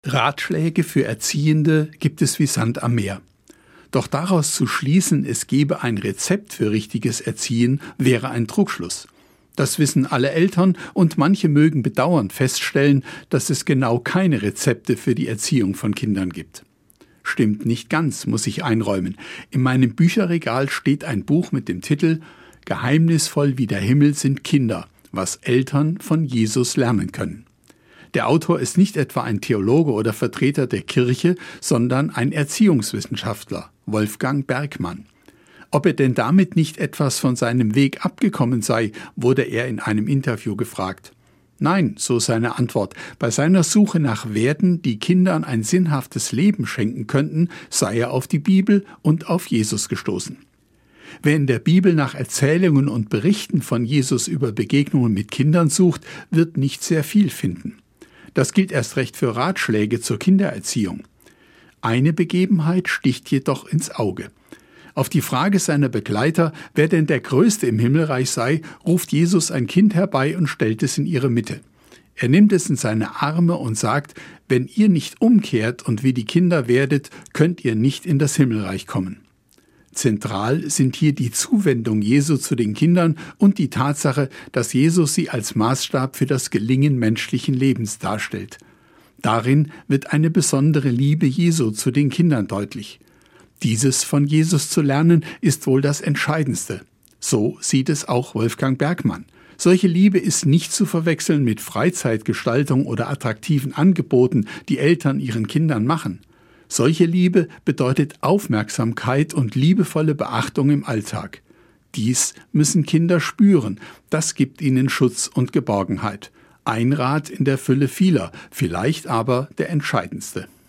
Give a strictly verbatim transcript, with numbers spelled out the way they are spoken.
Ratschläge für Erziehende gibt es wie Sand am Meer. Doch daraus zu schließen, es gebe ein Rezept für richtiges Erziehen, wäre ein Trugschluss. Das wissen alle Eltern und manche mögen bedauernd feststellen, dass es genau keine Rezepte für die Erziehung von Kindern gibt. Stimmt nicht ganz, muss ich einräumen. In meinem Bücherregal steht ein Buch mit dem Titel »Geheimnisvoll wie der Himmel sind Kinder, was Eltern von Jesus lernen können«. Der Autor ist nicht etwa ein Theologe oder Vertreter der Kirche, sondern ein Erziehungswissenschaftler, Wolfgang Bergmann. Ob er denn damit nicht etwas von seinem Weg abgekommen sei, wurde er in einem Interview gefragt. Nein, so seine Antwort. Bei seiner Suche nach Werten, die Kindern ein sinnhaftes Leben schenken könnten, sei er auf die Bibel und auf Jesus gestoßen. Wer in der Bibel nach Erzählungen und Berichten von Jesus über Begegnungen mit Kindern sucht, wird nicht sehr viel finden. Das gilt erst recht für Ratschläge zur Kindererziehung. Eine Begebenheit sticht jedoch ins Auge. Auf die Frage seiner Begleiter, wer denn der Größte im Himmelreich sei, ruft Jesus ein Kind herbei und stellt es in ihre Mitte. Er nimmt es in seine Arme und sagt, wenn ihr nicht umkehrt und wie die Kinder werdet, könnt ihr nicht in das Himmelreich kommen. Zentral sind hier die Zuwendung Jesu zu den Kindern und die Tatsache, dass Jesus sie als Maßstab für das Gelingen menschlichen Lebens darstellt. Darin wird eine besondere Liebe Jesu zu den Kindern deutlich. Dieses von Jesus zu lernen, ist wohl das Entscheidendste. So sieht es auch Wolfgang Bergmann. Solche Liebe ist nicht zu verwechseln mit Freizeitgestaltung oder attraktiven Angeboten, die Eltern ihren Kindern machen. Solche Liebe bedeutet Aufmerksamkeit und liebevolle Beachtung im Alltag. Dies müssen Kinder spüren. Das gibt ihnen Schutz und Geborgenheit. Ein Rat in der Fülle vieler, vielleicht aber der entscheidendste.